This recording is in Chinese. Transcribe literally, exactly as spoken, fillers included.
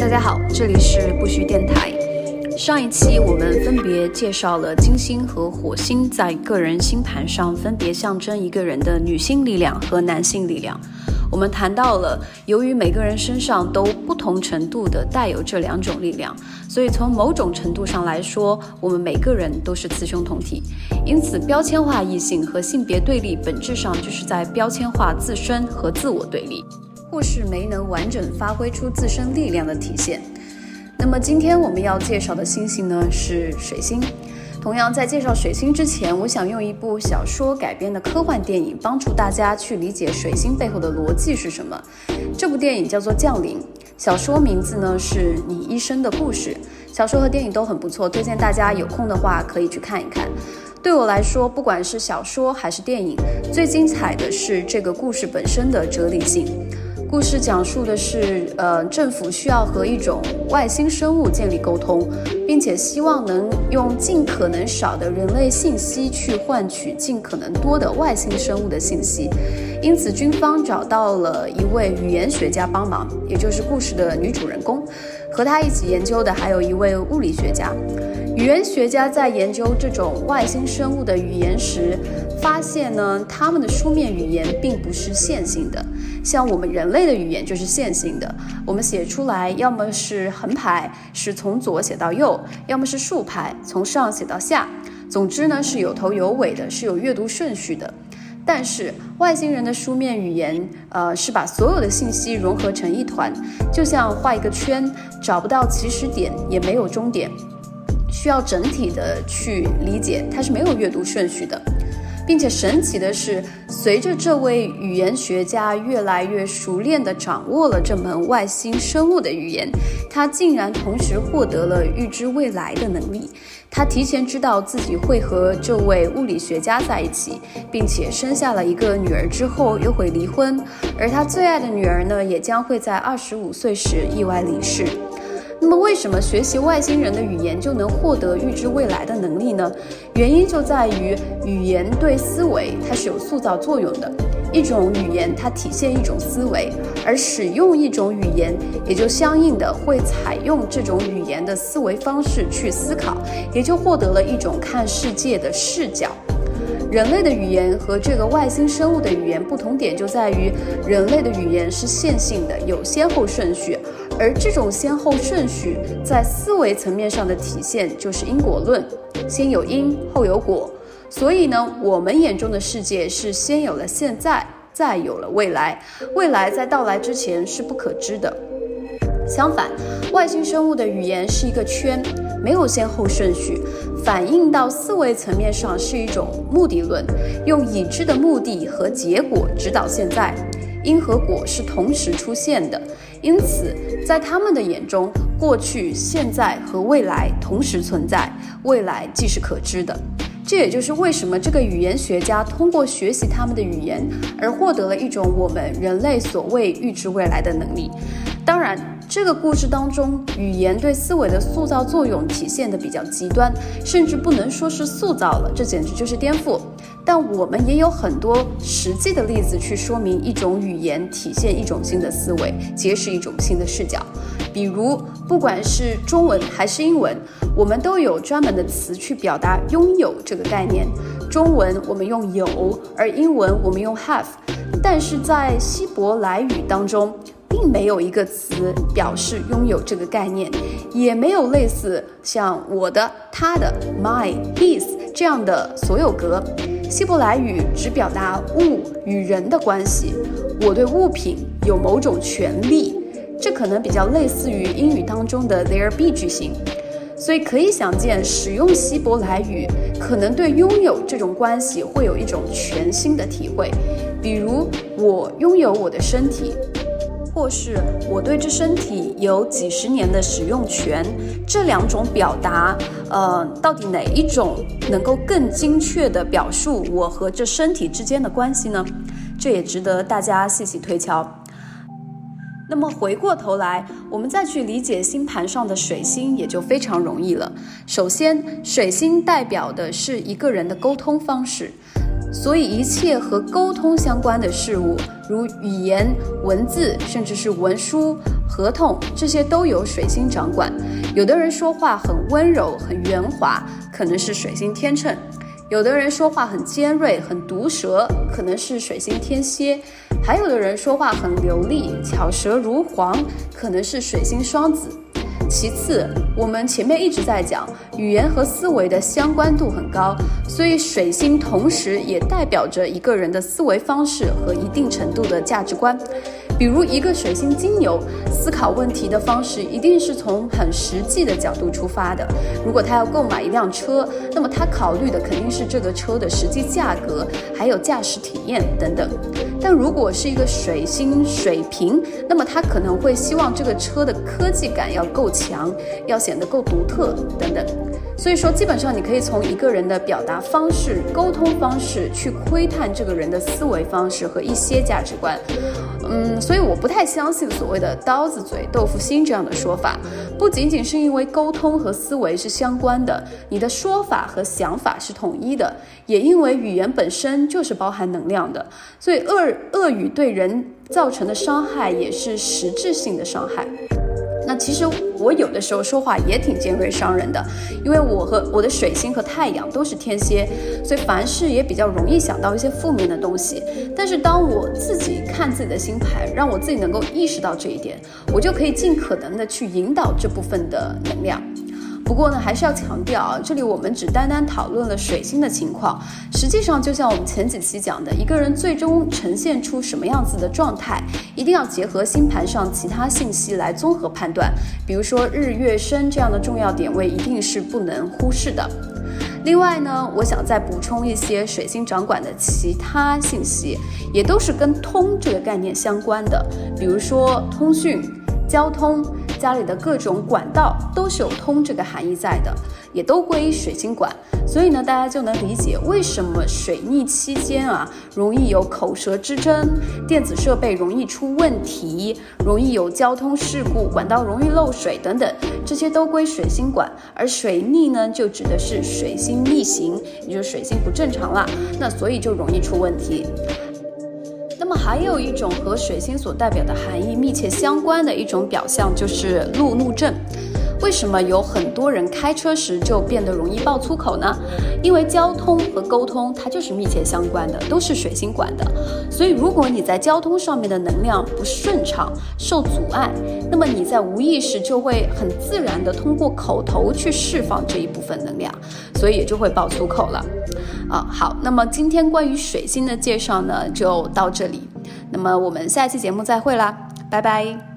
家好，这里是不虚电台。上一期我们分别介绍了金星和火星在个人星盘上分别象征一个人的女性力量和男性力量。我们谈到了，由于每个人身上都不同程度的带有这两种力量，所以从某种程度上来说，我们每个人都是雌雄同体。因此，标签化异性和性别对立本质上就是在标签化自身和自我对立，或是没能完整发挥出自身力量的体现。那么今天我们要介绍的星星呢是水星。同样，在介绍水星之前，我想用一部小说改编的科幻电影帮助大家去理解水星背后的逻辑是什么。这部电影叫做《降临》，小说名字呢是你一生的故事。小说和电影都很不错，推荐大家有空的话可以去看一看。对我来说，不管是小说还是电影，最精彩的是这个故事本身的哲理性。故事讲述的是，呃，政府需要和一种外星生物建立沟通，并且希望能用尽可能少的人类信息去换取尽可能多的外星生物的信息。因此，军方找到了一位语言学家帮忙，也就是故事的女主人公。和她一起研究的还有一位物理学家。语言学家在研究这种外星生物的语言时，发现呢，他们的书面语言并不是线性的。像我们人类的语言就是线性的，我们写出来要么是横排，是从左写到右，要么是竖排，从上写到下。总之呢，是有头有尾的，是有阅读顺序的。但是外星人的书面语言，呃，是把所有的信息融合成一团，就像画一个圈，找不到起始点，也没有终点，需要整体的去理解，它是没有阅读顺序的。并且神奇的是，随着这位语言学家越来越熟练地掌握了这门外星生物的语言，他竟然同时获得了预知未来的能力。他提前知道自己会和这位物理学家在一起，并且生下了一个女儿之后又会离婚，而他最爱的女儿呢，也将会在二十五岁时意外离世。那么为什么学习外星人的语言就能获得预知未来的能力呢？原因就在于语言对思维它是有塑造作用的。一种语言它体现一种思维，而使用一种语言也就相应的会采用这种语言的思维方式去思考，也就获得了一种看世界的视角。人类的语言和这个外星生物的语言不同点就在于，人类的语言是线性的，有先后顺序，而这种先后顺序在思维层面上的体现就是因果论，先有因后有果。所以呢，我们眼中的世界是先有了现在，再有了未来，未来在到来之前是不可知的。相反，外星生物的语言是一个圈，没有先后顺序，反映到思维层面上是一种目的论，用已知的目的和结果指导现在，因和果是同时出现的。因此，在他们的眼中，过去、现在和未来同时存在，未来既是可知的。这也就是为什么这个语言学家通过学习他们的语言而获得了一种我们人类所谓预知未来的能力。当然，这个故事当中，语言对思维的塑造作用体现得比较极端，甚至不能说是塑造了，这简直就是颠覆。但我们也有很多实际的例子去说明一种语言体现一种新的思维，揭示一种新的视角。比如，不管是中文还是英文，我们都有专门的词去表达拥有这个概念。中文我们用有，而英文我们用 have。但是在希伯来语当中，并没有一个词表示拥有这个概念，也没有类似像我的、他的、my、his 这样的所有格。希伯来语只表达物与人的关系，我对物品有某种权利，这可能比较类似于英语当中的 there be 句型。所以可以想见，使用希伯来语可能对拥有这种关系会有一种全新的体会。比如，我拥有我的身体，或是我对这身体有几十年的使用权，这两种表达，呃，到底哪一种能够更精确地表述我和这身体之间的关系呢？这也值得大家细细推敲。那么回过头来，我们再去理解星盘上的水星也就非常容易了。首先，水星代表的是一个人的沟通方式，所以一切和沟通相关的事物，如语言、文字，甚至是文书、 合同，这些都由水星掌管。有的人说话很温柔很圆滑，可能是水星天秤；有的人说话很尖锐很毒舌，可能是水星天蝎；还有的人说话很流利巧舌如簧，可能是水星双子。其次，我们前面一直在讲语言和思维的相关度很高，所以水星同时也代表着一个人的思维方式和一定程度的价值观。比如一个水星金牛，思考问题的方式一定是从很实际的角度出发的。如果他要购买一辆车，那么他考虑的肯定是这个车的实际价格，还有驾驶体验等等。但如果是一个水星水瓶，那么他可能会希望这个车的科技感要够强，要显得够独特等等。所以说基本上你可以从一个人的表达方式沟通方式去窥探这个人的思维方式和一些价值观。嗯，所以我不太相信所谓的刀子嘴豆腐心这样的说法，不仅仅是因为沟通和思维是相关的，你的说法和想法是统一的，也因为语言本身就是包含能量的，所以恶恶语对人造成的伤害也是实质性的伤害。那其实我有的时候说话也挺尖锐伤人的，因为我和我的水星和太阳都是天蝎，所以凡事也比较容易想到一些负面的东西。但是当我自己看自己的星盘，让我自己能够意识到这一点，我就可以尽可能的去引导这部分的能量。不过呢，还是要强调啊，这里我们只单单讨论了水星的情况，实际上就像我们前几期讲的，一个人最终呈现出什么样子的状态，一定要结合星盘上其他信息来综合判断，比如说日月申这样的重要点位一定是不能忽视的。另外呢，我想再补充一些水星掌管的其他信息，也都是跟通这个概念相关的，比如说通讯、交通，家里的各种管道都是有通这个含义在的，也都归水星管。所以呢，大家就能理解为什么水逆期间啊，容易有口舌之争，电子设备容易出问题，容易有交通事故，管道容易漏水等等，这些都归水星管。而水逆呢，就指的是水星逆行，也就是水星不正常了，那所以就容易出问题。那么还有一种和水星所代表的含义密切相关的一种表象，就是路怒症。为什么有很多人开车时就变得容易爆粗口呢？因为交通和沟通它就是密切相关的，都是水星管的。所以如果你在交通上面的能量不顺畅，受阻碍，那么你在无意识就会很自然的通过口头去释放这一部分能量，所以也就会爆粗口了。啊，好，那么今天关于水星的介绍呢，就到这里。那么我们下期节目再会啦，拜拜。